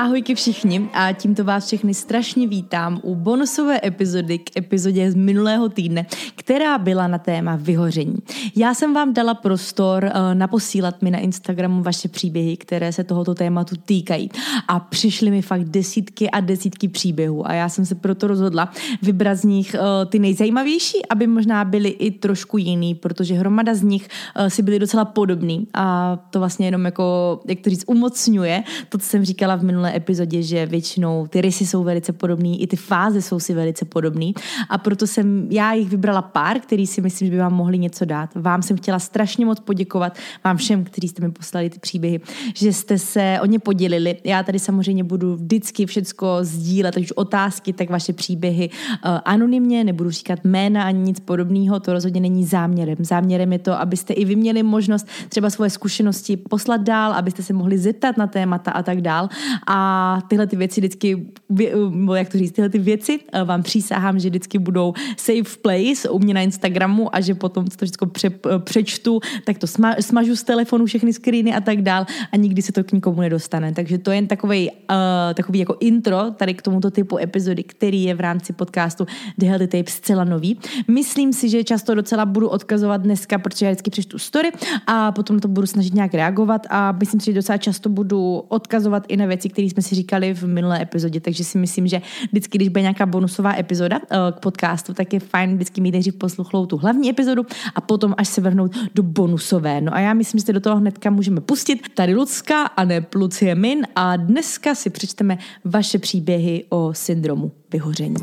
Ahojky všichni a tímto vás všechny strašně vítám u bonusové epizody k epizodě z minulého týdne, která byla na téma vyhoření. Já jsem vám dala prostor naposílat mi na Instagramu vaše příběhy, které se tohoto tématu týkají a přišly mi fakt desítky a desítky příběhů a já jsem se proto rozhodla vybrat z nich ty nejzajímavější, aby možná byly i trošku jiný, protože hromada z nich si byly docela podobný a to vlastně jenom jako, jak to říct, umocňuje to, co jsem říkala v minulé epizodě, že většinou ty rysy jsou velice podobný, i ty fáze jsou si velice podobný a proto jsem já jich vybrala pár, který si myslím, že by vám mohli něco dát. Vám jsem chtěla strašně moc poděkovat, vám všem, kteří jste mi poslali ty příběhy, že jste se o ně podělili. Já tady samozřejmě budu vždycky všecko sdílet, ať už otázky, tak vaše příběhy anonymně, nebudu říkat jména ani nic podobného, to rozhodně není záměrem. Záměrem je to, abyste i vy měli možnost třeba svoje zkušenosti poslat dál, abyste se mohli zeptat na témata a tak dál. A tyhle ty věci vždycky, jak to říct, tyhle ty věci vám přísahám, že vždycky budou safe place u mě na Instagramu a že potom to všechno přečtu, tak to smažu z telefonu všechny screeny a tak dál a nikdy se to k nikomu nedostane. Takže to je jen takový jako intro tady k tomuto typu epizody, který je v rámci podcastu The Healthy Tape zcela nový. Myslím si, že často docela budu odkazovat dneska, protože já vždycky přečtu story a potom to budu snažit nějak reagovat a myslím si, že docela často budu odkazovat i na věci, které jsme si říkali v minulé epizodě, takže si myslím, že vždycky, když bude nějaká bonusová epizoda k podcastu, tak je fajn vždycky mít nejdřív poslouchlou tu hlavní epizodu a potom až se vrhnout do bonusové. No a já myslím, že se do toho hnedka můžeme pustit. Tady Lucka a ne Lucie Min a dneska si přečteme vaše příběhy o syndromu vyhoření.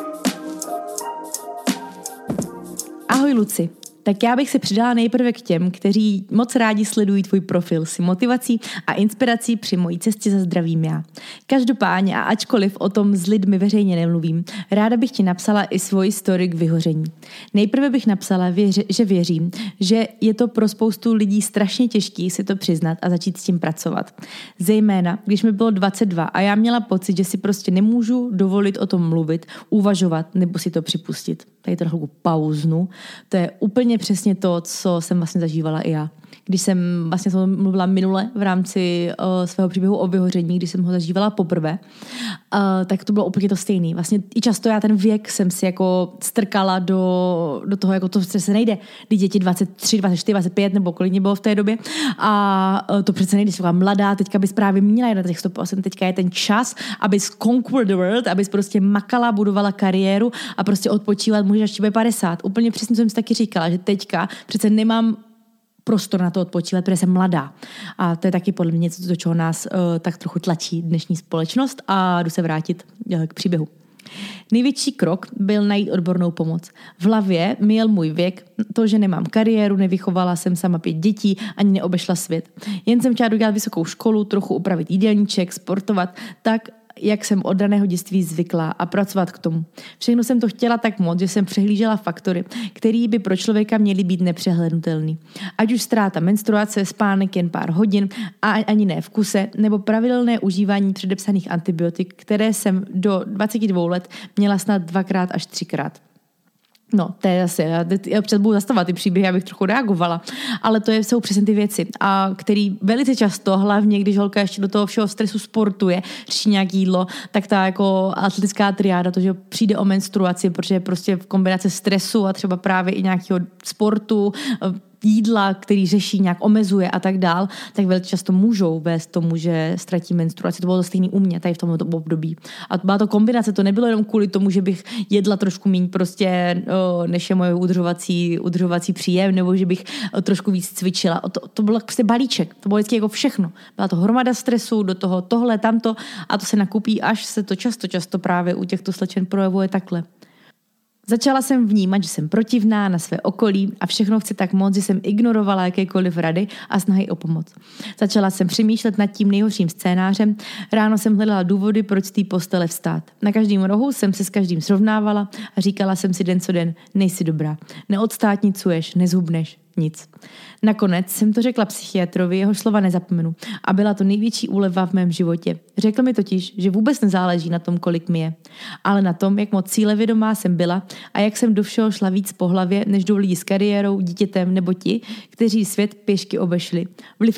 Ahoj Luci. Tak já bych se přidala nejprve k těm, kteří moc rádi sledují tvůj profil si motivací a inspirací při mojí cestě za zdravím já. Každopádně a ačkoliv o tom s lidmi veřejně nemluvím, ráda bych ti napsala i svoji story k vyhoření. Nejprve bych napsala, že věřím, že je to pro spoustu lidí strašně těžký si to přiznat a začít s tím pracovat. Zejména, když mi bylo 22 a já měla pocit, že si prostě nemůžu dovolit o tom mluvit, uvažovat nebo si to připustit. Tady to trochu pauznu. To je úplně přesně to, co jsem vlastně zažívala i já. Když jsem vlastně mluvila minule v rámci svého příběhu o vyhoření, když jsem ho zažívala poprvé, tak to bylo úplně to stejné. Vlastně i často já ten věk jsem si jako strkala do toho, jako to se nejde. Děti 23, 24, 25 nebo kolik mě bylo v té době a to přece nejde, jsem mladá, teďka bys právě měla jít na těch 100%, teďka je ten čas, abys conquer the world, abys prostě makala, budovala kariéru a prostě odpočívat můžeš až 50. Úplně přesně jsem si taky říkala, že teďka přece nemám prostor na to odpočívat, protože jsem mladá. A to je taky podle mě něco, do čeho nás tak trochu tlačí dnešní společnost a jdu se vrátit k příběhu. Největší krok byl najít odbornou pomoc. V hlavě mi jel můj věk, to, že nemám kariéru, nevychovala jsem sama 5 dětí, ani neobešla svět. Jen jsem chtěla dodělat vysokou školu, trochu upravit jídelníček, sportovat, tak jak jsem od raného dětství zvyklá a pracovat k tomu. Všechno jsem to chtěla tak moc, že jsem přehlížela faktory, které by pro člověka měly být nepřehlednutelný. Ať už ztráta menstruace, spánek jen pár hodin a ani ne v kuse, nebo pravidelné užívání předepsaných antibiotik, které jsem do 22 let měla snad 2x až 3x. No, to je zase, já občas budu zastavovat ty příběhy, abych trochu reagovala, ale to jsou přesně ty věci, a který velice často, hlavně když holka ještě do toho všeho stresu sportuje, řeší nějaký jídlo, tak ta jako atletická triáda, to, že přijde o menstruaci, protože prostě v kombinaci stresu a třeba právě i nějakého sportu, jídla, který řeší, nějak omezuje a tak dál, tak velice často můžou vést tomu, že ztratí menstruaci. To bylo to stejný u mě tady v tomto období. A byla to kombinace, to nebylo jenom kvůli tomu, že bych jedla trošku míň prostě, než je moje udržovací příjem, nebo že bych trošku víc cvičila. To byl prostě balíček. To bylo vždycky jako všechno. Byla to hromada stresu, do toho tohle, tamto a to se nakupí, až se to často právě u těchto slečen projevuje takhle. Začala jsem vnímat, že jsem protivná na své okolí a všechno chci tak moc, že jsem ignorovala jakékoliv rady a snahy o pomoc. Začala jsem přemýšlet nad tím nejhorším scénářem. Ráno jsem hledala důvody, proč z té postele vstát. Na každém rohu jsem se s každým srovnávala a říkala jsem si den co den, nejsi dobrá. Neodstátnicuješ, nezhubneš, Nic. Nakonec jsem to řekla psychiatrovi, jeho slova nezapomenu. A byla to největší úleva v mém životě. Řekl mi totiž, že vůbec nezáleží na tom, kolik mi je, ale na tom, jak moc cílevědomá jsem byla a jak jsem do všeho šla víc po hlavě, než jdou lidi s kariérou, dítětem nebo ti, kteří svět pěšky obešli. Vliv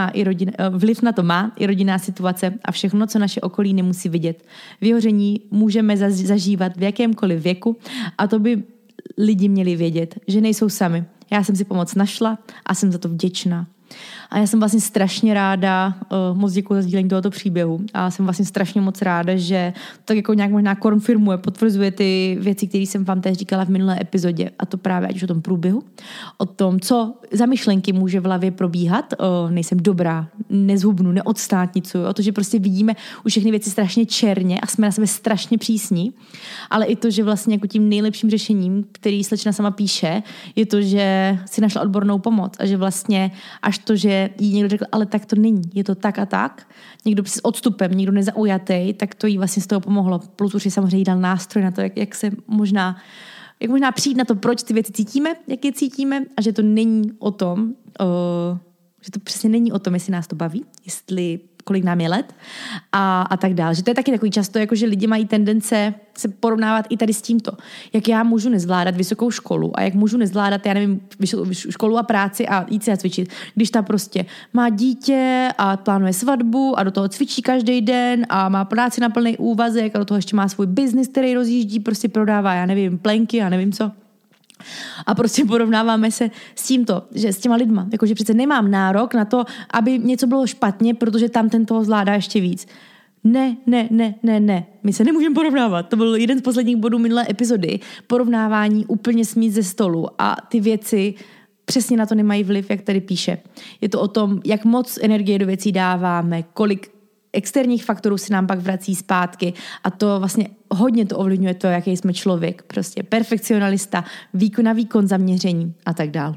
na to má i rodinná situace a všechno, co naše okolí nemusí vidět. Vyhoření můžeme zažívat v jakémkoliv věku a to by lidi měli vědět, že nejsou sami. Já jsem si pomoc našla a jsem za to vděčná. A já jsem vlastně strašně ráda, moc děkuji za sdílení tohoto příběhu, a jsem vlastně strašně moc ráda, že tak jako nějak možná konfirmuje, potvrzuje ty věci, které jsem vám tady říkala v minulé epizodě, a to právě ať už o tom průběhu, o tom, co za myšlenky může v hlavě probíhat, nejsem dobrá, nezhubnu, neodstátnicuju, o to, že prostě vidíme už všechny věci strašně černě a jsme na sebe strašně přísní, ale i to, že vlastně jako tím nejlepším řešením, který slečna sama píše, je to, že si našla odbornou pomoc a že vlastně až to, že jí někdo řekl, ale tak to není, je to tak a tak, někdo s odstupem, někdo nezaujatý, tak to jí vlastně z toho pomohlo. Plus už je samozřejmě dal nástroj na to, jak možná přijít na to, proč ty věci cítíme, jak je cítíme, a že to není o tom, že to přesně není o tom, jestli nás to baví, kolik nám je let a tak dále. Že to je taky takový často, jako že lidi mají tendence se porovnávat i tady s tímto. Jak já můžu nezvládat vysokou školu a jak můžu nezvládat, já nevím, školu a práci a jít si cvičit, když ta prostě má dítě a plánuje svatbu a do toho cvičí každý den a má práci na plný úvazek a do toho ještě má svůj biznis, který rozjíždí, prostě prodává, já nevím, plenky a nevím co. A prostě porovnáváme se s tímto, že s těma lidma, jakože přece nemám nárok na to, aby něco bylo špatně, protože tam ten toho zvládá ještě víc. Ne. My se nemůžeme porovnávat. To byl jeden z posledních bodů minulé epizody. Porovnávání úplně smít ze stolu a ty věci přesně na to nemají vliv, jak tady píše. Je to o tom, jak moc energie do věcí dáváme, kolik externích faktorů se nám pak vrací zpátky a to vlastně hodně to ovlivňuje to, jaký jsme člověk. Prostě perfekcionalista, na výkon zaměření a tak dál.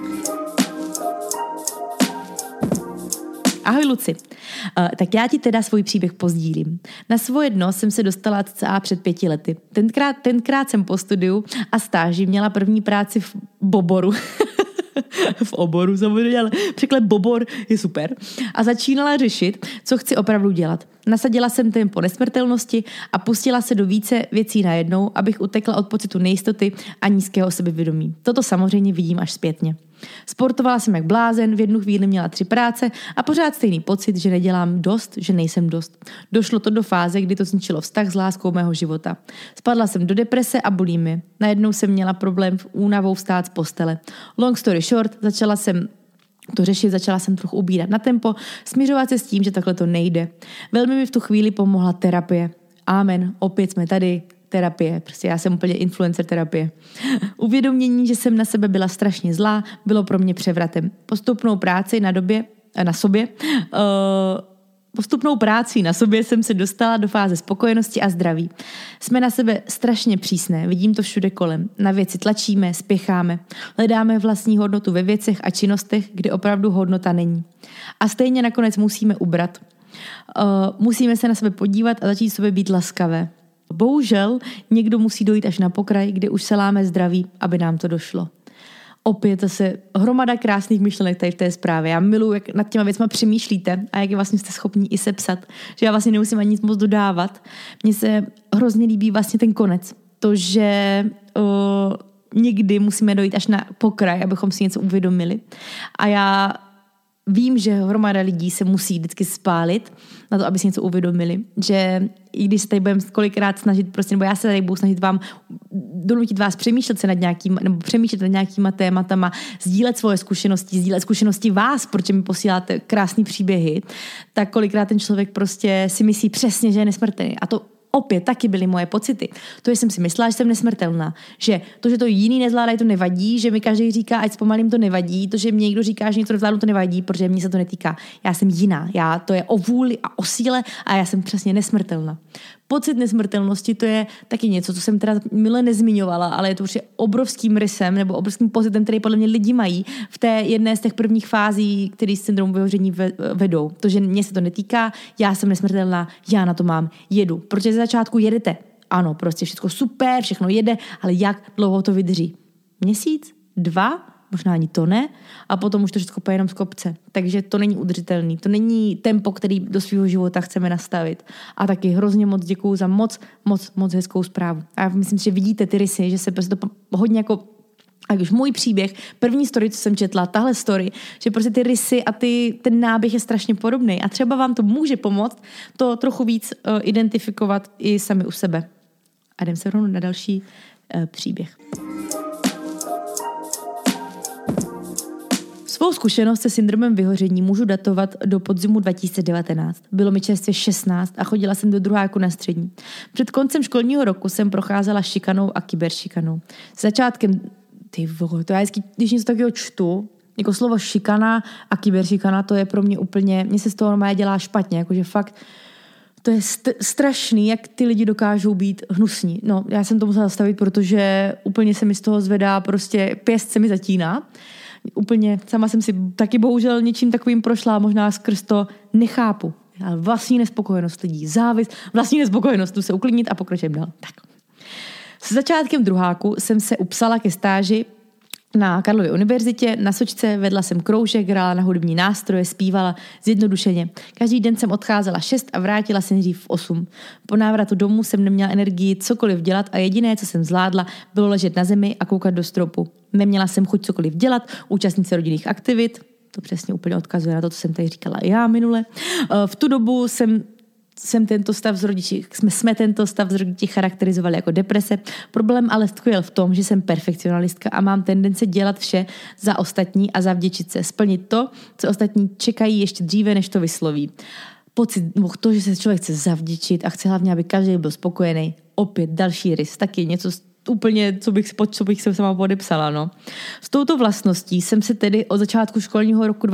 Ahoj Luci, tak já ti teda svůj příběh pozdílím. Na svoje dno jsem se dostala cca před 5 lety. Tenkrát jsem po studiu a stáži měla první práci v Boboru. V oboru samozřejmě, ale překlep Bobor je super. A začínala řešit, co chci opravdu dělat. Nasadila jsem tempo nesmrtelnosti a pustila se do více věcí najednou, abych utekla od pocitu nejistoty a nízkého sebevědomí. Toto samozřejmě vidím až zpětně. Sportovala jsem jak blázen, v jednu chvíli měla 3 práce a pořád stejný pocit, že nedělám dost, že nejsem dost. Došlo to do fáze, kdy to zničilo vztah s láskou mého života. Spadla jsem do deprese a bulími. Najednou jsem měla problém v únavou vstát z postele. Long story short, začala jsem trochu ubírat na tempo, směřovat se s tím, že takhle to nejde. Velmi mi v tu chvíli pomohla terapie. Amen, opět jsme tady. Terapie, prostě já jsem úplně influencer terapie. Uvědomění, že jsem na sebe byla strašně zlá, bylo pro mě převratem. Postupnou práci na sobě jsem se dostala do fáze spokojenosti a zdraví. Jsme na sebe strašně přísné, vidím to všude kolem. Na věci tlačíme, spěcháme, hledáme vlastní hodnotu ve věcech a činnostech, kde opravdu hodnota není. A stejně nakonec musíme ubrat. Musíme se na sebe podívat a začít sobě být laskavé. Bohužel někdo musí dojít až na pokraj, kde už se láme zdraví, aby nám to došlo. Opět zase hromada krásných myšlenek tady v té zprávě. Já miluji, jak nad těma věcma přemýšlíte a jak je vlastně jste schopní i sepsat. Že já vlastně nemusím ani nic moc dodávat. Mně se hrozně líbí vlastně ten konec. To, že někdy musíme dojít až na pokraj, abychom si něco uvědomili. A já vím, že hromada lidí se musí vždycky spálit na to, aby si něco uvědomili, že i když se tady budeme kolikrát snažit, prostě, nebo já se tady budu snažit vám donutit vás přemýšlet nad nějakýma tématama, sdílet svoje zkušenosti, sdílet zkušenosti vás, protože mi posíláte krásný příběhy, tak kolikrát ten člověk prostě si myslí přesně, že je nesmrtelný. A to opět taky byly moje pocity. To, že jsem si myslela, že jsem nesmrtelná. Že to, že to jiný nezvládají, to nevadí, že mi každý říká, ať zpomalím, to nevadí, to, že mě někdo říká, že něco nezvládnu, to nevadí, protože mě se to netýká. Já jsem jiná. To je o vůli a o síle a já jsem přesně nesmrtelná. Pocit nesmrtelnosti, to je taky něco, co jsem teda mile nezmiňovala, ale je to určitě obrovským rysem nebo obrovským pocitem, který podle mě lidi mají v té jedné z těch prvních fází, který s syndromem vyhoření vedou. To, že mě se to netýká, já jsem nesmrtelná, já na to mám, jedu. Protože ze začátku jedete. Ano, prostě všechno super, všechno jede, ale jak dlouho to vydrží? Měsíc? 2? možná ani to ne, a potom už to všechno půjde jenom z kopce. Takže to není udržitelný, to není tempo, který do svého života chceme nastavit. A taky hrozně moc děkuju za moc hezkou zprávu. A já myslím, že vidíte ty rysy, že se prostě to hodně jako, a už můj příběh, první story, co jsem četla, tahle story, že prostě ty rysy a ten náběh je strašně podobný. A třeba vám to může pomoct to trochu víc identifikovat i sami u sebe. A jdem se rovnou na další příběh. Svou zkušenost se syndromem vyhoření můžu datovat do podzimu 2019. Bylo mi čerstvě 16 a chodila jsem do druháku na střední. Před koncem školního roku jsem procházela šikanou a kyberšikanou. S začátkem, to já vždycky, když něco takového čtu, jako slovo šikana a kyberšikana, to je pro mě úplně, mě se z toho normálně dělá špatně, jakože fakt, to je strašný, jak ty lidi dokážou být hnusní. No, já jsem to musela zastavit, protože úplně se mi z toho zvedá, prostě pěst se mi zatíná. Úplně, sama jsem si taky bohužel něčím takovým prošla, možná skrz to nechápu. Ale vlastní nespokojenost lidí, závist, vlastní nespokojenost, tu se uklidnit a pokračujeme dál. Tak. S začátkem druháku jsem se upsala ke stáži na Karlově univerzitě, na Sočce, vedla jsem kroužek, hrála na hudební nástroje, zpívala zjednodušeně. Každý den jsem odcházela 6 a vrátila se nejdřív v 8. Po návratu domů jsem neměla energii cokoliv dělat a jediné, co jsem zvládla, bylo ležet na zemi a koukat do stropu. Neměla jsem chuť cokoliv dělat, účastnit se rodinných aktivit, to přesně úplně odkazuje na to, co jsem tady říkala já minule. V tu dobu jsme tento stav s rodiči charakterizovali jako deprese. Problém ale tkvěl v tom, že jsem perfekcionalistka a mám tendence dělat vše za ostatní a zavděčit se. Splnit to, co ostatní čekají ještě dříve, než to vysloví. Pocit, to, že se člověk chce zavděčit a chce hlavně, aby každý byl spokojený. Opět další rys, taky něco úplně, co bych se sama podepsala. No. S touto vlastností jsem se tedy od začátku školního roku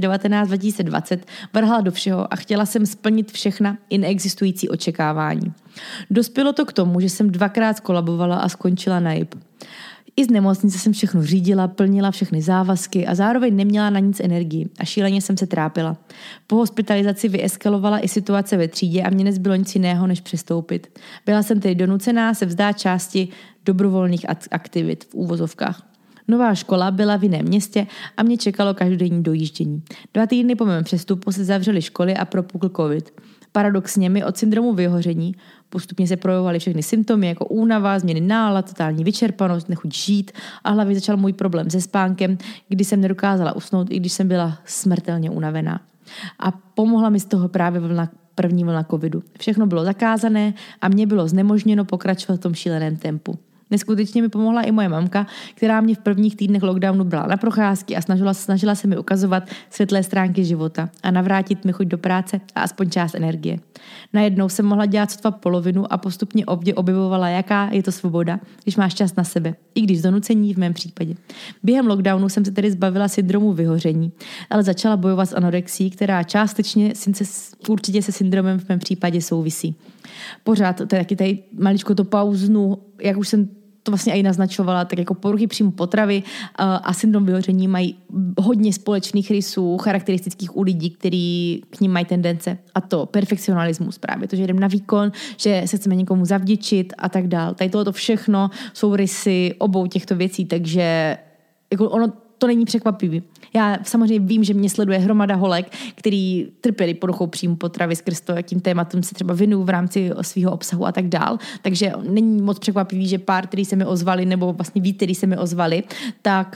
2019-2020 vrhala do všeho a chtěla jsem splnit všechna i neexistující očekávání. Dospělo to k tomu, že jsem 2krát kolabovala a skončila na JIP. I z nemocnice jsem všechno řídila, plnila všechny závazky a zároveň neměla na nic energii a šíleně jsem se trápila. Po hospitalizaci vyeskalovala i situace ve třídě a mě nezbylo nic jiného, než přestoupit. Byla jsem tedy donucená se vzdát části dobrovolných aktivit v úvozovkách. Nová škola byla v jiném městě a mě čekalo každodenní dojíždění. 2 týdny po mém přestupu se zavřely školy a propukl covid. Paradoxně mi od syndromu vyhoření postupně se projevovaly všechny symptomy jako únava, změny nálad, totální vyčerpanost, nechuť žít a hlavně začal můj problém se spánkem, kdy jsem nedokázala usnout, i když jsem byla smrtelně unavená. A pomohla mi z toho právě první vlna covidu. Všechno bylo zakázané a mě bylo znemožněno pokračovat v tom šíleném tempu. Neskutečně mi pomohla i moje mamka, která mě v prvních týdnech lockdownu brala na procházky a snažila se mi ukazovat světlé stránky života a navrátit mi chuť do práce a aspoň část energie. Najednou jsem mohla dělat sotva polovinu a postupně objevovala, jaká je to svoboda, když máš čas na sebe, i když z donucení v mém případě. Během lockdownu jsem se tedy zbavila syndromu vyhoření, ale začala bojovat s anorexií, která částečně určitě se syndromem v mém případě souvisí. Pořád, to je taky tady maličko to pauznu, jak už jsem to vlastně i naznačovala, tak jako poruchy příjmu potravy a syndrom vyhoření mají hodně společných rysů, charakteristických u lidí, kteří k nim mají tendence. A to perfekcionalismus právě, to, že jdem na výkon, že se chceme někomu zavděčit a tak dál. Tady tohoto všechno jsou rysy obou těchto věcí, takže jako ono to není překvapivý. Já samozřejmě vím, že mě sleduje hromada holek, který trpěli poruchou příjmu potravy skrz to, jakým tématům se třeba věnuju v rámci svého obsahu a tak dál. Takže není moc překvapivý, že pár, který se mi ozvali, nebo vlastně víc, který se mi ozvali, tak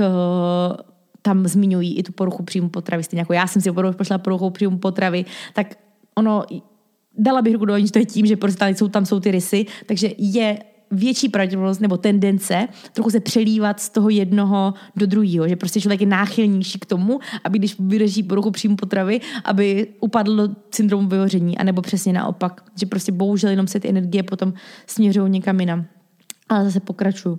tam zmiňují i tu poruchu příjmu potravy. Stejně jako já jsem si prošla poruchou příjmu potravy, tak ono, dala bych ruku do ohně, že to je tím, že prostě tam jsou ty rysy, takže je větší pravděpodobnost nebo tendence trochu se přelívat z toho jednoho do druhého, že prostě člověk je náchylnější k tomu, aby když vydrží poruchu příjmu potravy, aby upadl do syndromu vyhoření, anebo přesně naopak, že prostě bohužel jenom se ty energie potom směřují někam jinam. Ale zase pokračuju.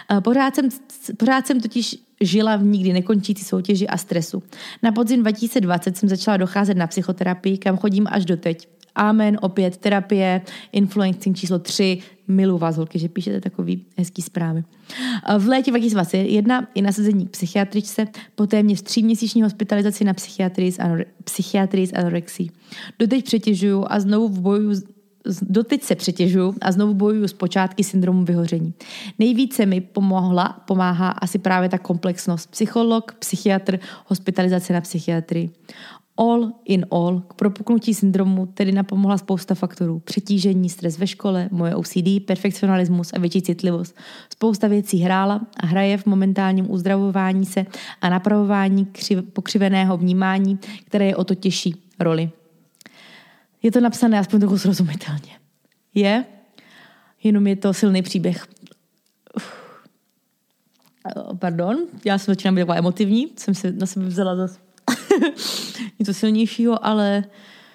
Pořád jsem totiž žila v nikdy nekončící soutěži a stresu. Na podzim 2020 jsem začala docházet na psychoterapii, kam chodím až doteď. Amen, opět terapie, influencing číslo 3, miluji vás, holky, že píšete takový hezký zprávy. V létě 2021 i nasazení k psychiatričce, po téměř 3měsíční hospitalizaci na psychiatrii s anorexií. Doteď přetěžuju a znovu doteď se přetěžuju a znovu bojuju s počátky syndromu vyhoření. Nejvíce mi pomáhá asi právě ta komplexnost. Psycholog, psychiatr, hospitalizace na psychiatrii. All in all, k propuknutí syndromu tedy napomohla spousta faktorů. Přetížení, stres ve škole, moje OCD, perfekcionalismus a větší citlivost. Spousta věcí hrála a hraje v momentálním uzdravování se a napravování pokřiveného vnímání, které je o to těžší roli. Je to napsané aspoň trochu srozumitelně. Jenom je to silný příběh. Pardon, já jsem začínám být taková emotivní, jsem si na sebe vzala zase něco silnějšího, ale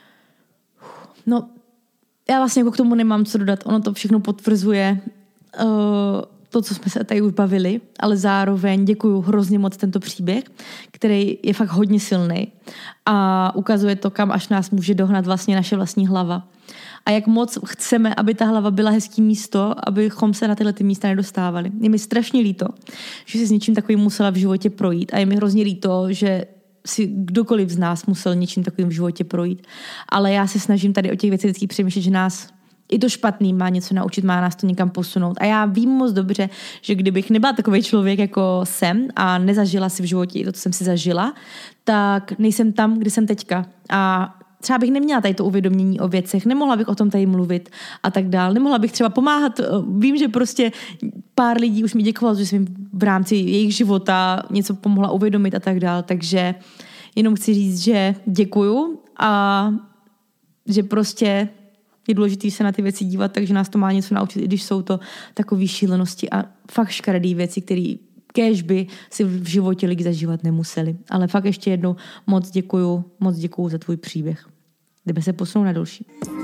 já vlastně jako k tomu nemám co dodat. Ono to všechno potvrzuje to, co jsme se tady už bavili, ale zároveň děkuju hrozně moc tento příběh, který je fakt hodně silný a ukazuje to, kam až nás může dohnat vlastně naše vlastní hlava. A jak moc chceme, aby ta hlava byla hezký místo, abychom se na tyhle místa nedostávali. Je mi strašně líto, že si s něčím takovým musela v životě projít a je mi hrozně líto, že si kdokoliv z nás musel něčím takovým v životě projít. Ale já se snažím tady o těch věcech vždycky přemýšlet, že nás i to špatný má něco naučit, má nás to někam posunout. A já vím moc dobře, že kdybych nebyla takový člověk, jako jsem a nezažila si v životě i to, co jsem si zažila, tak nejsem tam, kde jsem teďka. A třeba bych neměla tady to uvědomění o věcech, nemohla bych o tom tady mluvit a tak dál. Nemohla bych třeba pomáhat. Vím, že prostě pár lidí už mi děkovalo, že jsem v rámci jejich života něco pomohla uvědomit a tak dál. Takže jenom chci říct, že děkuju a že prostě je důležité se na ty věci dívat, takže nás to má něco naučit, i když jsou to takové šílenosti a fakt škaredý věci, které kéž by si v životě lidi zažívat nemuseli. Ale fakt ještě jednou moc děkuju za tvůj příběh. Jdeme se posunout na další.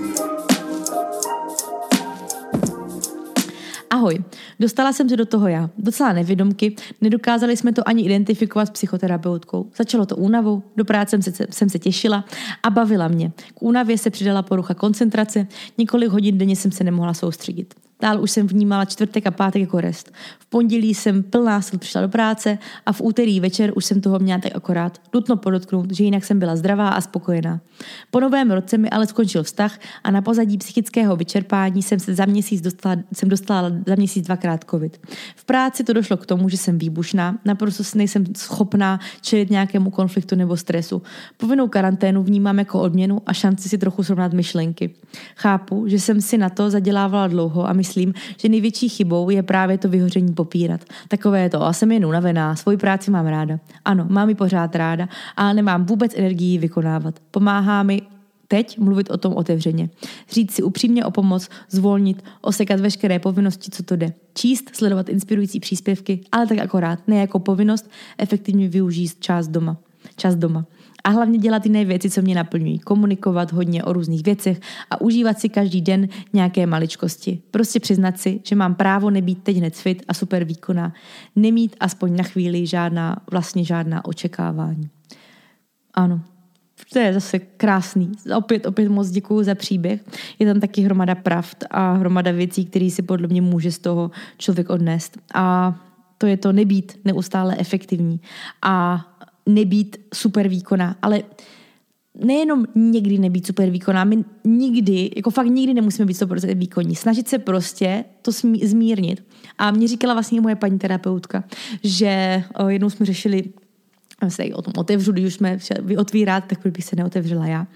Ahoj, dostala jsem se do toho já. Docela nevědomky, nedokázali jsme to ani identifikovat s psychoterapeutkou. Začalo to únavou, do práce jsem se těšila a bavila mě. K únavě se přidala porucha koncentrace, několik hodin denně jsem se nemohla soustředit. Dál už jsem vnímala čtvrtek a pátek jako rest. V pondělí jsem plná sil přišla do práce a v úterý večer už jsem toho měla tak akorát. Nutno podotknout, že jinak jsem byla zdravá a spokojená. Po novém roce mi ale skončil vztah a na pozadí psychického vyčerpání jsem dostala za měsíc 2krát covid. V práci to došlo k tomu, že jsem výbušná, naprosto nejsem schopná čelit nějakému konfliktu nebo stresu. Povinnou karanténu vnímám jako odměnu a šanci si trochu srovnat myšlenky. Chápu, že jsem si na to zadělávala dlouho a myslím, že největší chybou je právě to vyhoření popírat. Takové je to, a jsem jen unavená, svoji práci mám ráda. Ano, mám ji pořád ráda, ale nemám vůbec energii vykonávat. Pomáhá mi teď mluvit o tom otevřeně. Říct si upřímně o pomoc, zvolnit, osekat veškeré povinnosti, co to jde. Číst, sledovat inspirující příspěvky, ale tak akorát, ne jako povinnost, efektivně využít čas doma. A hlavně dělat jiné věci, co mě naplňují. Komunikovat hodně o různých věcech a užívat si každý den nějaké maličkosti. Prostě přiznat si, že mám právo nebýt teď hned fit a super výkonná. Nemít aspoň na chvíli žádná očekávání. Ano, to je zase krásný. Opět moc děkuju za příběh. Je tam taky hromada pravd a hromada věcí, které si podle mě může z toho člověk odnést. A to je to nebýt neustále efektivní a nebýt super výkonná, ale nejenom někdy nebýt super výkonná, my fakt nikdy nemusíme být 100% výkonní. Snažit se prostě to zmírnit. A mě říkala vlastně moje paní terapeutka, že jednou jsme řešili, já se o tom otevřu, když už jsme vyotvírat, tak bych se neotevřela já.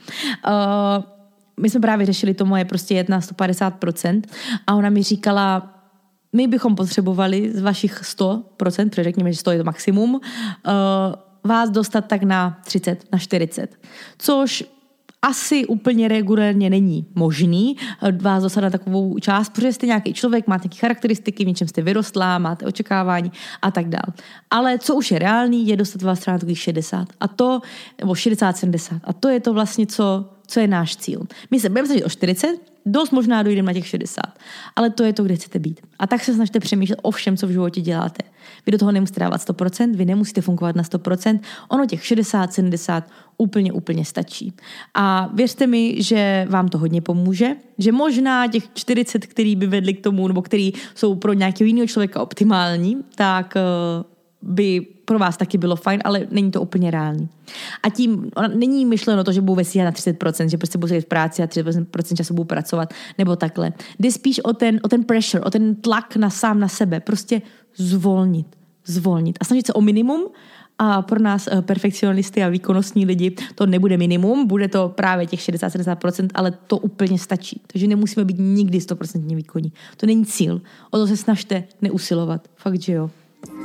My jsme právě řešili to moje prostě jet na 150% a ona mi říkala, my bychom potřebovali z vašich 100%, protože řekněme, že 100 je to maximum, vás dostat tak na 30, na 40. Což asi úplně regulérně není možný vás dostat na takovou část, protože jste nějaký člověk, máte nějaké charakteristiky, v něčem jste vyrostlá, máte očekávání a tak dál. Ale co už je reálný, je dostat vás třeba na takových 60. Nebo 60-70. A to je to vlastně, co je náš cíl. My se budeme snažit o 40, dost možná dojdeme na těch 60. Ale to je to, kde chcete být. A tak se snažte přemýšlet o všem, co v životě děláte. Vy do toho nemusíte dávat 100%, vy nemusíte fungovat na 100%, ono těch 60, 70 úplně stačí. A věřte mi, že vám to hodně pomůže, že možná těch 40, který by vedli k tomu, nebo který jsou pro nějakého jiného člověka optimální, tak by pro vás taky bylo fajn, ale není to úplně reálný. A tím není myšleno to, že budou vesíhat na 30%, že prostě budou sedět v práci a 30% času budou pracovat, nebo takhle. Jde spíš o ten pressure, o ten tlak sám na sebe. Prostě zvolnit a snažit se o minimum. A pro nás perfekcionisty a výkonnostní lidi to nebude minimum, bude to právě těch 60-70%, ale to úplně stačí. Takže nemusíme být nikdy 100% výkonní. To není cíl. O to se snažte neusilovat. Fakt, že jo.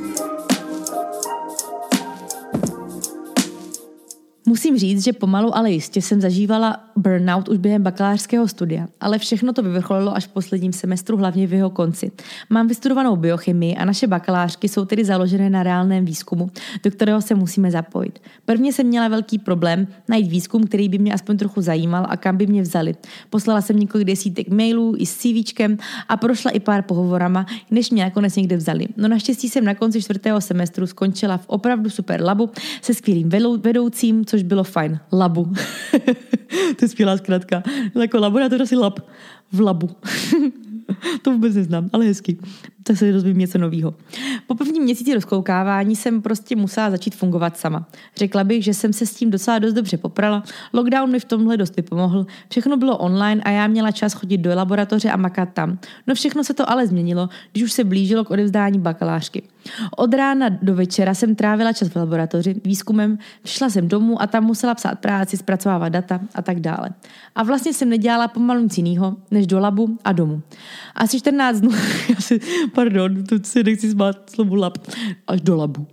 Musím říct, že pomalu, ale jistě jsem zažívala burnout už během bakalářského studia, ale všechno to vyvrcholilo až v posledním semestru, hlavně v jeho konci. Mám vystudovanou biochemii a naše bakalářky jsou tedy založené na reálném výzkumu, do kterého se musíme zapojit. Prvně jsem měla velký problém najít výzkum, který by mě aspoň trochu zajímal a kam by mě vzali. Poslala jsem několik desítek mailů i s CVčkem a prošla i pár pohovorama, než mě nakonec někde vzali. No naštěstí jsem na konci 4. semestru skončila v opravdu super labu se skvělým vedoucím, což bylo fajn. Labu. To je skvělá zkratka. Jako laborator asi lab. V labu. To vůbec neznám, ale hezky. Tak se dozvím něco novýho. Po prvním měsíci rozkoukávání jsem prostě musela začít fungovat sama. Řekla bych, že jsem se s tím docela dost dobře poprala. Lockdown mi v tomhle dost vypomohl. Všechno bylo online a já měla čas chodit do laboratoře a makat tam. No všechno se to ale změnilo, když už se blížilo k odevzdání bakalářky. Od rána do večera jsem trávila čas v laboratoři, výzkumem, šla jsem domů a tam musela psát práci, zpracovávat data a tak dále. A vlastně jsem nedělala pomalu nic jinýho, než do labu a domů. Asi 14 dnů, pardon, to si nechci smát slovu lab, až do labu.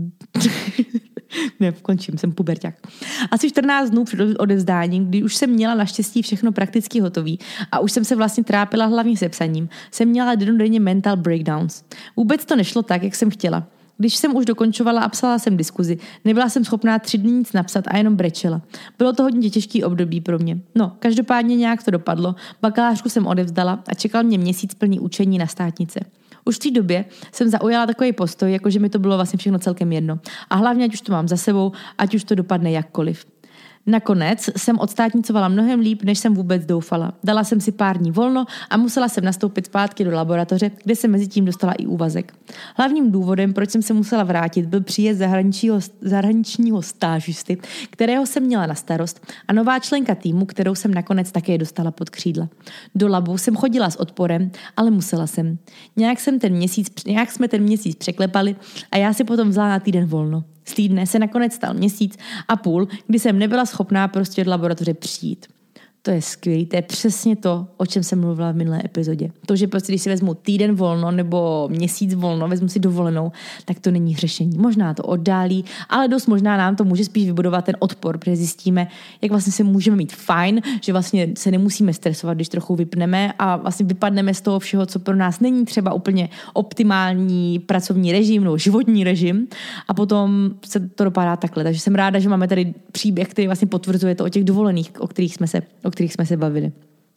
Ne, končím, jsem puberťák. Asi 14 dnů před odevzdáním, kdy už jsem měla naštěstí všechno prakticky hotový a už jsem se vlastně trápila hlavně se psaním, jsem měla dennodenně mental breakdowns. Vůbec to nešlo tak, jak jsem chtěla. Když jsem už dokončovala a psala jsem diskuzi, nebyla jsem schopná 3 dny nic napsat a jenom brečela. Bylo to hodně těžký období pro mě. No, každopádně nějak to dopadlo, bakalářku jsem odevzdala a čekal mě měsíc plný učení na státnice. Už v té době jsem zaujala takový postoj, jakože mi to bylo vlastně všechno celkem jedno. A hlavně, ať už to mám za sebou, ať už to dopadne jakkoliv. Nakonec jsem odstátnicovala mnohem líp, než jsem vůbec doufala. Dala jsem si pár dní volno a musela jsem nastoupit zpátky do laboratoře, kde jsem mezi tím dostala i úvazek. Hlavním důvodem, proč jsem se musela vrátit, byl příjezd zahraničního stážisty, kterého jsem měla na starost a nová členka týmu, kterou jsem nakonec také dostala pod křídla. Do labu jsem chodila s odporem, ale musela jsem. Nějak jsme ten měsíc překlepali a já si potom vzala na týden volno. Z týdne se nakonec stal měsíc a půl, kdy jsem nebyla schopná prostě od laboratoře přijít. To je skvělý, to je přesně to, o čem jsem mluvila v minulé epizodě. To, že prostě když si vezmu týden volno nebo měsíc volno, vezmu si dovolenou, tak to není řešení. Možná to oddálí, ale dost možná nám to může spíš vybudovat ten odpor, protože zjistíme, jak vlastně se můžeme mít fajn, že vlastně se nemusíme stresovat, když trochu vypneme a vlastně vypadneme z toho všeho, co pro nás není třeba úplně optimální pracovní režim nebo životní režim a potom se to dopadá takhle. Takže jsem ráda, že máme tady příběh, který vlastně potvrzuje to o těch dovolených, o kterých jsme se bavili.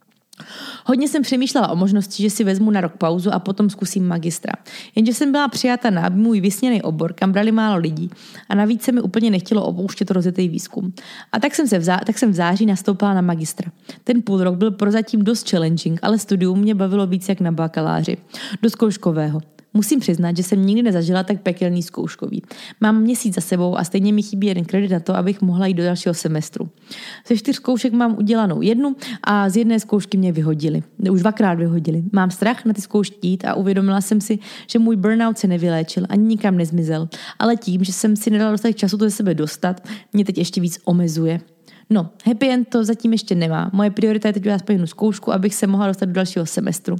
Hodně jsem přemýšlela o možnosti, že si vezmu na rok pauzu a potom zkusím magistra. Jenže jsem byla přijata na můj vysněný obor, kam brali málo lidí a navíc se mi úplně nechtělo opouštět rozjetý výzkum. A tak jsem v září nastoupila na magistra. Ten půl rok byl prozatím dost challenging, ale studium mě bavilo víc jak na bakaláři. Do zkouškového. Musím přiznat, že jsem nikdy nezažila tak pekelný zkouškový. Mám měsíc za sebou a stejně mi chybí 1 kredit na to, abych mohla jít do dalšího semestru. Ze 4 zkoušek mám udělanou 1 a z 1 zkoušky mě vyhodili. Už 2krát vyhodili. Mám strach na ty zkoušky jít a uvědomila jsem si, že můj burnout se nevyléčil ani nikam nezmizel. Ale tím, že jsem si nedala dostatek času to ze sebe dostat, mě teď ještě víc omezuje. No, happy end to zatím ještě nemá. Moje priorita je teď udělat jednu zkoušku, abych se mohla dostat do dalšího semestru.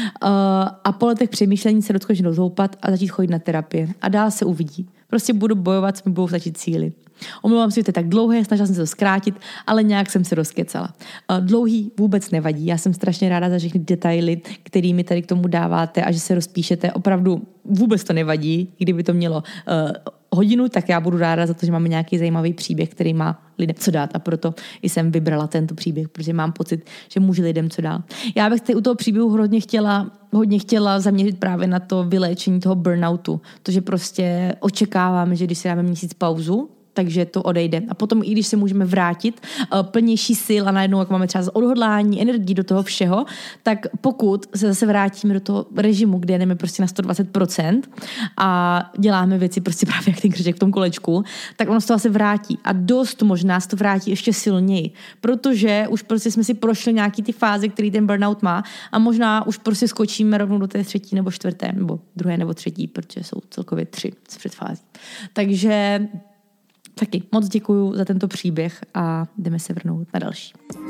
A po letech přemýšlení se dokončit rozhoupat a začít chodit na terapie. A dál se uvidí. Prostě budu bojovat, co mi budou stačit síly. Omlouvám si, že to je tak dlouhé, snažila jsem se to zkrátit, ale nějak jsem se rozkecala. Dlouhý vůbec nevadí. Já jsem strašně ráda za všechny detaily, kterými tady k tomu dáváte a že se rozpíšete. Opravdu vůbec to nevadí. Kdyby to mělo hodinu, tak já budu ráda za to, že máme nějaký zajímavý příběh, který má lidem co dát a proto jsem vybrala tento příběh, protože mám pocit, že může lidem co dát. Já bych u toho příběhu hodně chtěla zaměřit právě na to vyléčení toho burnoutu. To, že prostě očekáváme, že když si dáme měsíc pauzu, takže to odejde. A potom, i když se můžeme vrátit plnější sil a najednou, jak máme třeba odhodlání, energii do toho všeho, tak pokud se zase vrátíme do toho režimu, kde jdeme prostě na 120% a děláme věci prostě právě jak ten křeček v tom kolečku, tak ono se to zase vrátí. A dost možná se to vrátí ještě silněji, protože už prostě jsme si prošli nějaký ty fáze, který ten burnout má a možná už prostě skočíme rovnou do té 3. nebo 4. nebo 2. nebo 3., protože jsou celkově 3 z předfází. Takže taky moc děkuju za tento příběh a jdeme se vrhnout na další.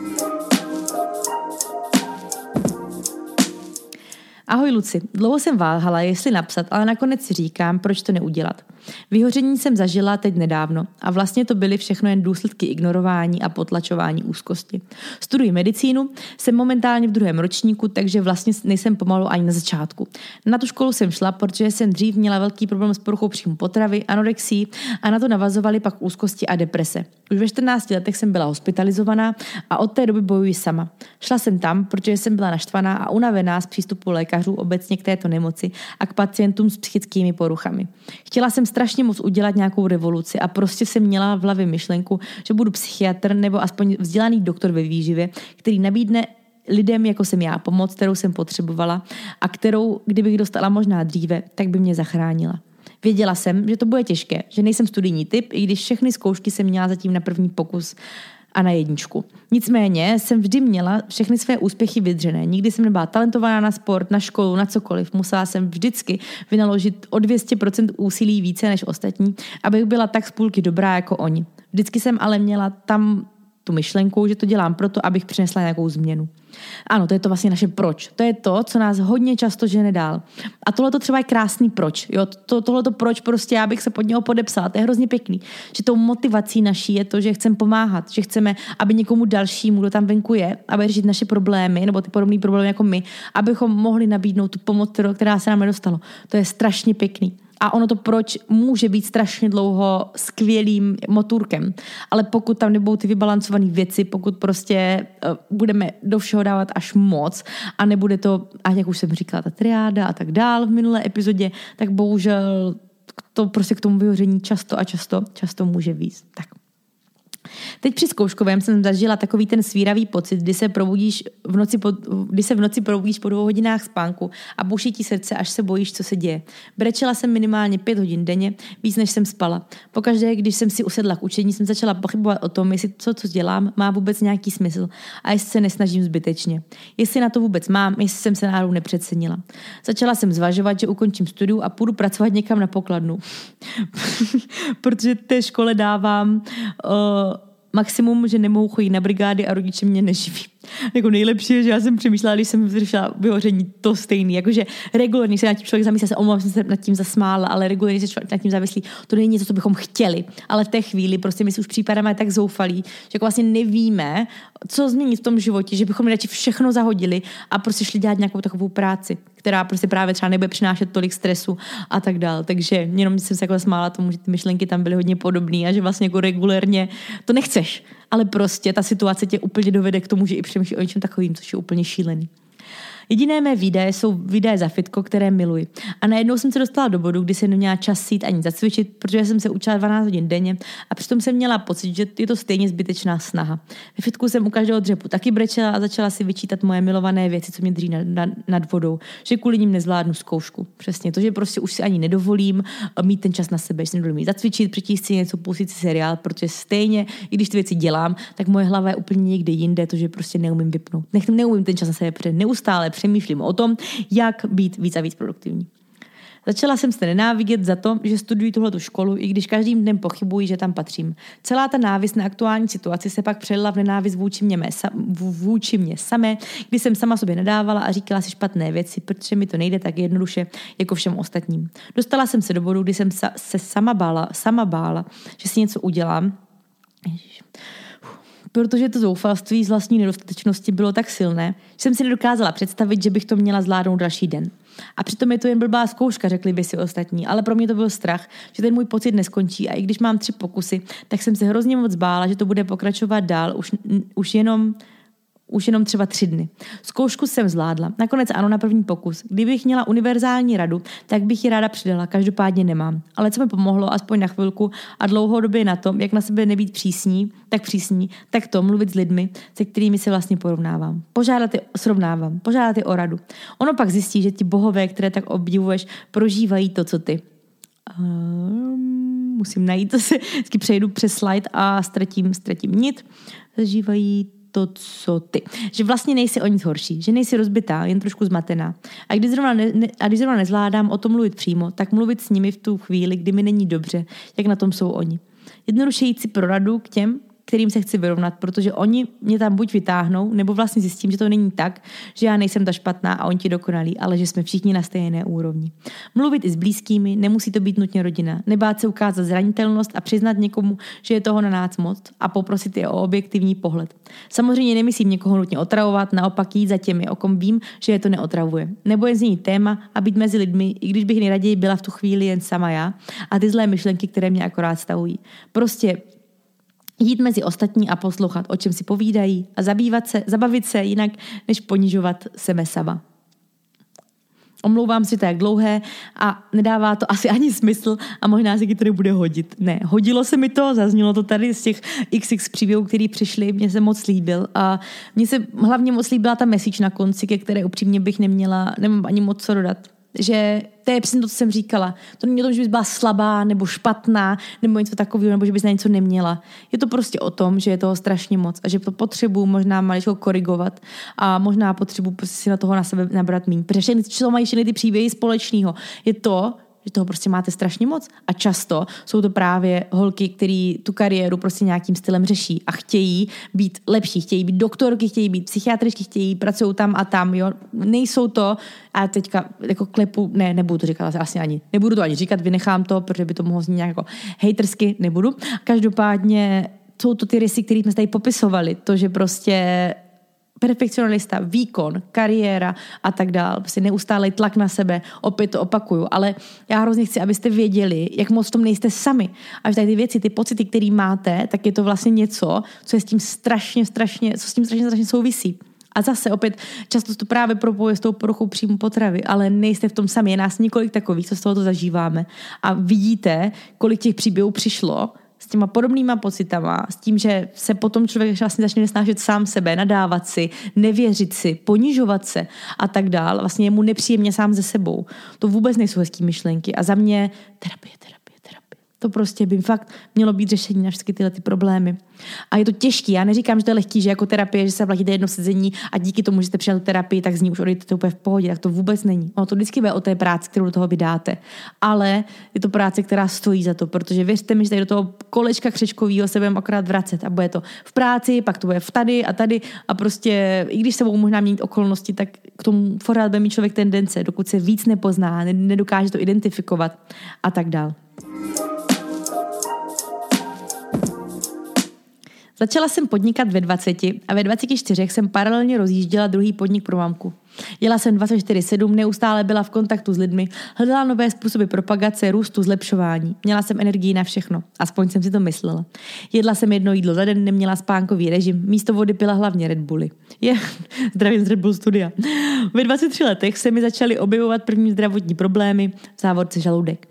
Ahoj Luci, dlouho jsem váhala, jestli napsat, ale nakonec si říkám, proč to neudělat. Vyhoření jsem zažila teď nedávno a vlastně to byly všechno jen důsledky ignorování a potlačování úzkosti. Studuji medicínu, jsem momentálně v 2. ročníku, takže vlastně nejsem pomalu ani na začátku. Na tu školu jsem šla, protože jsem dřív měla velký problém s poruchou příjmu potravy, anorexií a na to navazovaly pak úzkosti a deprese. Už ve 14 letech jsem byla hospitalizovaná a od té doby bojuji sama. Šla jsem tam, protože jsem byla naštvaná a unavená z přístupu lékařů obecně k této nemoci a k pacientům s psychickými poruchami. Chtěla jsem strašně moc udělat nějakou revoluci a prostě jsem měla v hlavě myšlenku, že budu psychiatr nebo aspoň vzdělaný doktor ve výživě, který nabídne lidem, jako jsem já, pomoc, kterou jsem potřebovala a kterou, kdybych dostala možná dříve, tak by mě zachránila. Věděla jsem, že to bude těžké, že nejsem studijní typ, i když všechny zkoušky jsem měla zatím na první pokus a na 1. Nicméně jsem vždy měla všechny své úspěchy vydřené. Nikdy jsem nebyla talentovaná na sport, na školu, na cokoliv. Musela jsem vždycky vynaložit o 200% úsilí více než ostatní, abych byla tak z půlky dobrá jako oni. Vždycky jsem ale měla tam tu myšlenku, že to dělám proto, abych přinesla nějakou změnu. Ano, to je to vlastně naše proč. To je to, co nás hodně často žene dál. A tohle to třeba je krásný proč. Jo? Tohleto proč prostě já bych se pod něho podepsala. To je hrozně pěkný. Že tou motivací naší je to, že chceme pomáhat, že chceme, aby někomu dalšímu, kdo tam venku je, aby řešit naše problémy nebo ty podobné problémy jako my, abychom mohli nabídnout tu pomoc, která se nám nedostalo. To je strašně pěkný. A ono to proč může být strašně dlouho skvělým motůrkem. Ale pokud tam nebudou ty vybalancované věci, pokud prostě budeme do všeho dávat až moc a nebude to, a jak už jsem říkala, ta triáda a tak dál v minulé epizodě, tak bohužel to prostě k tomu vyhoření často může víc. Tak. Teď při zkouškovém jsem zažila takový ten svíravý pocit, kdy se v noci probudíš po 2 hodinách spánku a buší ti srdce, až se bojíš, co se děje. Brečela jsem minimálně 5 hodin denně, víc než jsem spala. Pokaždé, když jsem si usedla k učení, jsem začala pochybovat o tom, jestli to, co dělám, má vůbec nějaký smysl a jestli se nesnažím zbytečně. Jestli na to vůbec mám, jestli jsem se náhodou nepřecenila. Začala jsem zvažovat, že ukončím studium a půjdu pracovat někam na pokladnu. Protože té škole dávám maximum, že nemohu chodit na brigády a rodiče mě neživí. Jako nejlepší je, že já jsem přemýšlela, když jsem řešila vyhoření, to stejný. Jakože regulárně se nad tím člověk zamyslí, se omlouvám, jsem se nad tím zasmála, ale regulárně se člověk nad tím zamyslí, to není něco, co bychom chtěli. Ale v té chvíli prostě my si už připadáme tak zoufalí, že jako vlastně nevíme, co změnit v tom životě, že bychom radši všechno zahodili a prostě šli dělat nějakou takovou práci, která prostě právě třeba nebude přinášet tolik stresu a tak dál. Takže jenom jsem se jako smála tomu, že ty myšlenky tam byly hodně podobné a že vlastně jako regulérně to nechceš, ale prostě ta situace tě úplně dovede k tomu, že i přemýšlíš o něčem takovým, což je úplně šílený. Jediné mé výdaje jsou výdaje za fitko, které miluji. A najednou jsem se dostala do bodu, kdy jsem neměla čas jít ani zacvičit, protože jsem se učila 12 hodin denně a přitom jsem měla pocit, že je to stejně zbytečná snaha. Ve fitku jsem u každého dřepu taky brečela a začala si vyčítat moje milované věci, co mě drží nad vodou, že kvůli nim nezvládnu zkoušku. Přesně to, že prostě už si ani nedovolím mít ten čas na sebe, že si nedovolím zacvičit, přečíst si něco, pustit si seriál, protože stejně, i když ty věci dělám, tak moje hlava je úplně někde jinde, to, že prostě neumím vypnout. Neumím ten čas na sebe, protože neustále přemýšlím o tom, jak být víc a víc produktivní. Začala jsem se nenávidět za to, že studuji tuhletu školu, i když každým dnem pochybuji, že tam patřím. Celá ta návist na aktuální situaci se pak přelila v nenávist vůči mě samé, kdy jsem sama sobě nadávala a říkala si špatné věci, protože mi to nejde tak jednoduše jako všem ostatním. Dostala jsem se do bodu, kdy jsem se sama bála, že si něco udělám. Protože to zoufalství z vlastní nedostatečnosti bylo tak silné, že jsem si nedokázala představit, že bych to měla zvládnout další den. A přitom je to jen blbá zkouška, řekli by si ostatní, ale pro mě to byl strach, že ten můj pocit neskončí a i když mám 3 pokusy, tak jsem se hrozně moc bála, že to bude pokračovat dál, už jenom Už jenom třeba 3 dny. Zkoušku jsem zvládla. Nakonec ano, na první pokus. Kdybych měla univerzální radu, tak bych ji ráda přidala. Každopádně nemám. Ale co mi pomohlo, aspoň na chvilku a dlouhodobě na tom, jak na sebe nebýt přísní, tak to mluvit s lidmi, se kterými se vlastně porovnávám. Požádat je o radu. Ono pak zjistí, že ti bohové, které tak obdivuješ, prožívají to, co ty. Musím najít, to se vždycky přejdu přes slide a ztratím nit. Zažívají to, co ty. Že vlastně nejsi o nic horší, že nejsi rozbitá, jen trošku zmatená. A když zrovna nezvládám o tom mluvit přímo, tak mluvit s nimi v tu chvíli, kdy mi není dobře, jak na tom jsou oni. Jednoduše jít si pro radu k těm, kterým se chci vyrovnat, protože oni mě tam buď vytáhnou, nebo vlastně zjistím, že to není tak, že já nejsem ta špatná a oni ti dokonalí, ale že jsme všichni na stejné úrovni. Mluvit i s blízkými, nemusí to být nutně rodina. Nebát se ukázat zranitelnost a přiznat někomu, že je toho na nás moc a poprosit je o objektivní pohled. Samozřejmě nemyslím někoho nutně otravovat, naopak jít za těmi, o kom vím, že je to neotravuje. Nebo jen změnit téma a být mezi lidmi, i když bych nejraději byla v tu chvíli jen sama já a ty zlé myšlenky, které mě akorát stavují. Prostě jít mezi ostatní a poslouchat, o čem si povídají a zabavit se jinak, než ponižovat sebe sama. Omlouvám si to jak dlouhé a nedává to asi ani smysl a možná se to nebude hodit. Ne, hodilo se mi to, zaznělo to tady z těch XX příběhů, který přišli, mně se moc líbil a mně se hlavně moc líbila ta message na konci, ke které upřímně bych nemám ani moc co dodat. Že to je přesně to, co jsem říkala. To není o tom, že bys byla slabá nebo špatná nebo něco takového, nebo že bys na něco neměla. Je to prostě o tom, že je toho strašně moc a že to potřebuji možná maličko korigovat a možná potřebuji prostě si na toho na sebe nabrat míň. Protože co mají všechny ty příběhy společného, je to, že toho prostě máte strašně moc a často jsou to právě holky, které tu kariéru prostě nějakým stylem řeší a chtějí být lepší, chtějí být doktorky, chtějí být psychiatričky, chtějí pracují tam a tam, jo. Nejsou to, a teďka jako klepu, nebudu to říkat asi ani, nebudu to ani říkat, vynechám to, protože by to mohlo znít nějak jako hejtersky, nebudu. Každopádně jsou to ty rysy, které jsme tady popisovali, to, že prostě perfekcionalista, výkon, kariéra a tak dál. Prostě neustálej tlak na sebe, opět to opakuju, ale já hrozně chci, abyste věděli, jak moc v tom nejste sami. A že tady ty věci, ty pocity, které máte, tak je to vlastně něco, co je s tím strašně souvisí. A zase opět často to právě propojuje s tou poruchou příjmu potravy, ale nejste v tom sami. Je nás několik takových, co z tohoto zažíváme. A vidíte, kolik těch příběhů přišlo s těma podobnýma pocitama, s tím, že se potom člověk vlastně začne nesnášet sám sebe, nadávat si, nevěřit si, ponižovat se a tak dál. Vlastně je mu nepříjemně sám ze sebou. To vůbec nejsou hezký myšlenky. A za mě terapie. To prostě by fakt mělo být řešení na všechny tyhle ty problémy. A je to těžký. Já neříkám, že to je lehký, že jako terapie, že se platíte jedno sezení a díky tomu, že jste přijali terapii, tak z ní už odejdete úplně v pohodě. Tak to vůbec není. Ono to vždycky bude o té práci, kterou do toho vydáte. Ale je to práce, která stojí za to, protože věřte mi, že tady do toho kolečka křečkovýho se budeme akorát vracet a bude to v práci, pak to bude v tady a prostě, i když se budou možná měnit okolnosti, tak k tomu pořád bude mít člověk tendence, dokud se víc nepozná, nedokáže to identifikovat a tak dál. Začala jsem podnikat ve 20 a ve 24 jsem paralelně rozjížděla druhý podnik pro mamku. Jela jsem 24/7, neustále byla v kontaktu s lidmi, hledala nové způsoby propagace, růstu, zlepšování. Měla jsem energii na všechno, aspoň jsem si to myslela. Jedla jsem 1 jídlo za den, neměla spánkový režim, místo vody pila hlavně Red Bully. Zdravím z Red Bull studia. Ve 23 letech se mi začaly objevovat první zdravotní problémy, v závorce žaludek.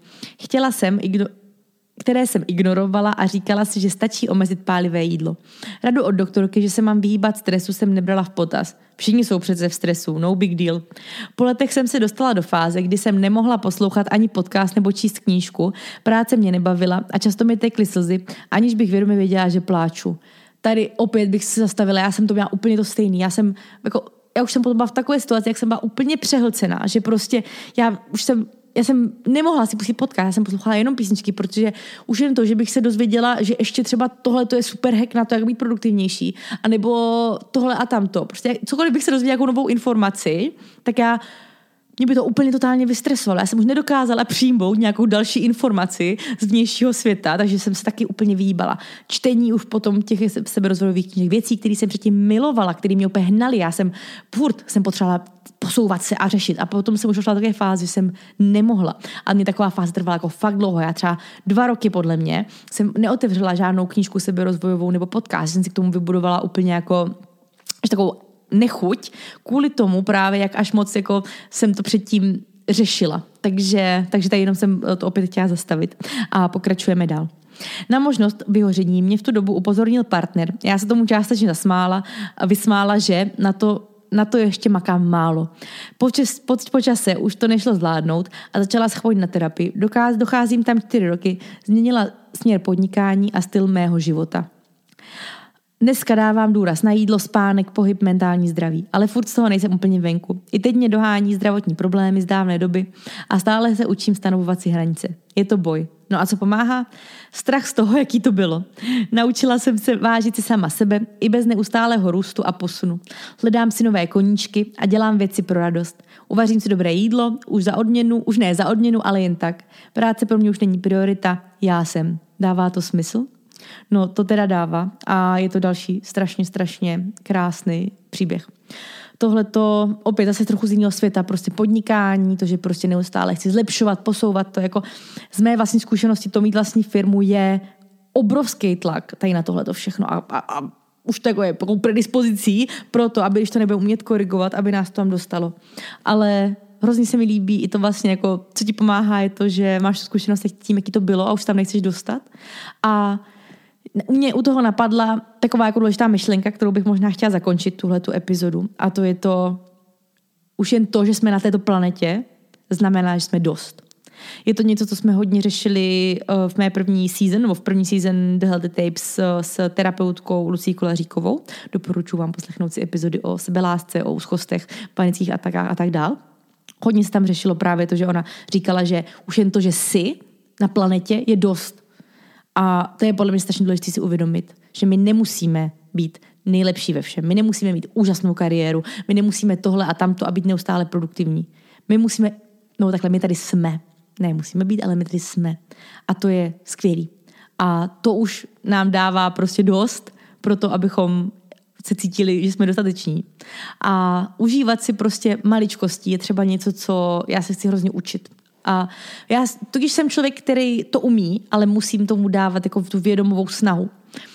Které jsem ignorovala a říkala si, že stačí omezit pálivé jídlo. Radu od doktorky, že se mám vyhýbat stresu, jsem nebrala v potaz. Všichni jsou přece v stresu, no big deal. Po letech jsem se dostala do fáze, kdy jsem nemohla poslouchat ani podcast nebo číst knížku, práce mě nebavila a často mi tekly slzy, aniž bych vědomě věděla, že pláču. Tady opět bych se zastavila, já jsem to měla úplně to stejný. Já už jsem potom byla v takové situaci, jak jsem byla úplně přehlcená, že prostě já jsem nemohla si pustit podcast, já jsem poslouchala jenom písničky, protože už jen to, že bych se dozvěděla, že ještě třeba tohle to je super hack na to, jak být produktivnější, anebo tohle a tamto. Prostě cokoliv bych se dozvěděla jako novou informaci, tak mě by to úplně totálně vystresovalo. Já jsem už nedokázala přijmout nějakou další informaci z vnějšího světa, takže jsem se taky úplně vyhýbala. Čtení už potom těch seberozvojových knih, věcí, které jsem předtím milovala, které mě úplně hnaly. Já jsem potřebovala posouvat se a řešit. A potom jsem už došla do také fázi, že jsem nemohla. A mě taková fáze trvala jako fakt dlouho. Já třeba 2 roky podle mě jsem neotevřela žádnou knížku seberozvojovou nebo podcast. Jsem si k tomu vybudovala úplně jako takovou nechuť kvůli tomu právě, jak až moc jako jsem to předtím řešila. Takže tady jenom jsem to opět chtěla zastavit a pokračujeme dál. Na možnost vyhoření mě v tu dobu upozornil partner. Já se tomu částečně zasmála a vysmála, že na to ještě makám málo. Po čase už to nešlo zvládnout a začala se chodit na terapii. Docházím tam 4 roky, změnila směr podnikání a styl mého života. Dneska dávám důraz na jídlo, spánek, pohyb, mentální zdraví, ale furt z toho nejsem úplně venku. I teď mě dohání zdravotní problémy z dávné doby a stále se učím stanovovat si hranice. Je to boj. No a co pomáhá? Strach z toho, jaký to bylo. Naučila jsem se vážit si sama sebe i bez neustálého růstu a posunu. Hledám si nové koníčky a dělám věci pro radost. Uvařím si dobré jídlo, už ne za odměnu, ale jen tak. Práce pro mě už není priorita, já jsem. Dává to smysl? No to teda dává a je to další strašně krásný příběh. Tohle to opět zase trochu z jiného světa, prostě podnikání, to, že prostě neustále chci zlepšovat, posouvat to, jako z mé vlastní zkušenosti to mít vlastní firmu je obrovský tlak tady na tohle to všechno a už to je takovou predispozicí pro to, aby když to nebude umět korigovat, aby nás to tam dostalo. Ale hrozně se mi líbí i to vlastně, jako, co ti pomáhá, je to, že máš zkušenost tím, jaký to bylo a už tam nechceš dostat. A mě u toho napadla taková jako důležitá myšlenka, kterou bych možná chtěla zakončit tuhletu epizodu. A to je to, už jen to, že jsme na této planetě, znamená, že jsme dost. Je to něco, co jsme hodně řešili v mé první season, nebo v první season The Healthy Tapes s terapeutkou Lucí Kolaříkovou. Doporučuji vám poslechnout si epizody o sebelásce, o úzkostech, panických atakách a tak dál. Hodně se tam řešilo právě to, že ona říkala, že už jen to, že jsi na planetě, je dost. A to je podle mě strašně důležité si uvědomit, že my nemusíme být nejlepší ve všem. My nemusíme mít úžasnou kariéru, my nemusíme tohle a tamto a být neustále produktivní. My tady jsme. Ne, musíme být, ale my tady jsme. A to je skvělý. A to už nám dává prostě dost pro to, abychom se cítili, že jsme dostateční. A užívat si prostě maličkostí je třeba něco, co já se chci hrozně učit. A já totiž jsem člověk, který to umí, ale musím tomu dávat jako tu vědomovou snahu.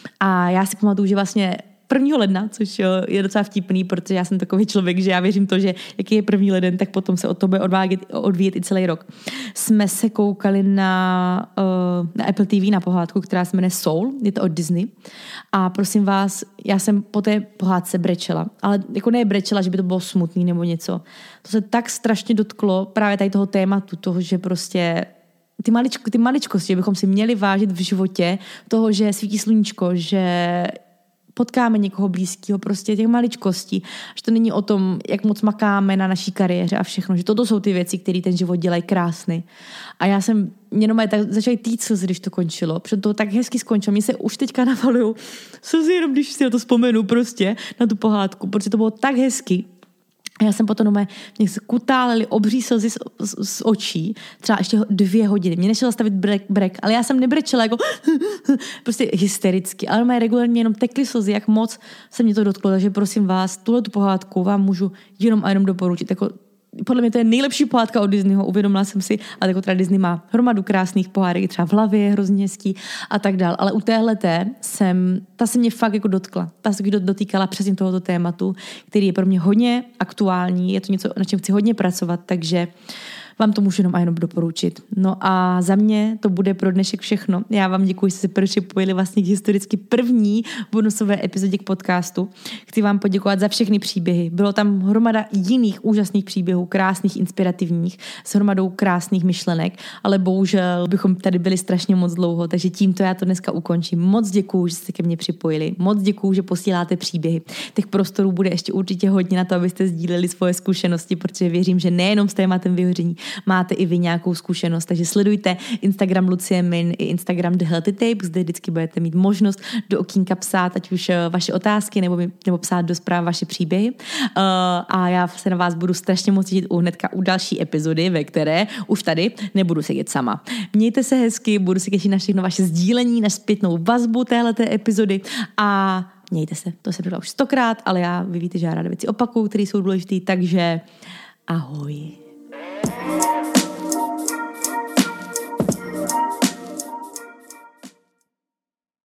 A já si pamatuju, že vlastně 1. ledna, což je docela vtipný, protože já jsem takový člověk, že já věřím to, že jaký je 1. leden, tak potom se od toho bude odvíjet i celý rok. Jsme se koukali na Apple TV na pohádku, která se jmenuje Soul, je to od Disney. A prosím vás, já jsem po té pohádce brečela, ale jako ne brečela, že by to bylo smutný nebo něco. To se tak strašně dotklo právě tady toho tématu, toho, že prostě ty maličkosti, že bychom si měli vážit v životě toho, že svítí sluníčko, že potkáme někoho blízkého, prostě těch maličkostí, že to není o tom, jak moc makáme na naší kariéře a všechno, že toto jsou ty věci, které ten život dělají krásný. A já jsem jenom tak začala týt slzy, když to končilo, protože to tak hezky skončilo. Mně se už teďka navalujou slzy, jenom když si na to vzpomenu prostě, na tu pohádku, protože to bylo tak hezky. A já jsem potom mě se kutálely obří slzy z očí, třeba ještě 2 hodiny. Mě nešel zastavit brek, ale já jsem nebrečela jako prostě hystericky, ale mé regulárně jenom tekly slzy, jak moc se mě to dotklo, takže prosím vás, tuhletu pohádku vám můžu jenom a jenom doporučit. Jako, podle mě to je nejlepší pohádka od Disneyho, uvědomila jsem si, ale jako teda Disney má hromadu krásných pohádek, třeba v hlavě, hrozně hezký a tak dál. Ale u téhleté ta se mě fakt jako dotkla. Ta se dotýkala přesně tohoto tématu, který je pro mě hodně aktuální, je to něco, na čem chci hodně pracovat, takže vám to můžu jenom a jenom doporučit. No a za mě to bude pro dnešek všechno. Já vám děkuji, že jste se připojili vlastně k historicky první bonusové epizodě k podcastu. Chci vám poděkovat za všechny příběhy. Bylo tam hromada jiných úžasných příběhů, krásných, inspirativních, s hromadou krásných myšlenek, ale bohužel bychom tady byli strašně moc dlouho, takže tímto já to dneska ukončím. Moc děkuji, že jste ke mně připojili. Moc děkuji, že posíláte příběhy. Těch prostorů bude ještě určitě hodně na to, abyste sdíleli svoje zkušenosti, protože věřím, že nejenom s tématem vyhoření máte i vy nějakou zkušenost, takže sledujte Instagram Lucie Min i Instagram The Healthy Tapes, kde vždycky budete mít možnost do okýnka psát, ať už vaše otázky, nebo psát do zpráv vaše příběhy. A já se na vás budu strašně moc těšit hnedka u další epizody, ve které už tady nebudu sedět sama. Mějte se hezky, budu se těšit na všechno vaše sdílení, na zpětnou vazbu téhleté epizody a mějte se. To jsem řekla už 100krát, ale vy víte, že já ráda věci opakuju, které jsou důležité, takže ahoj.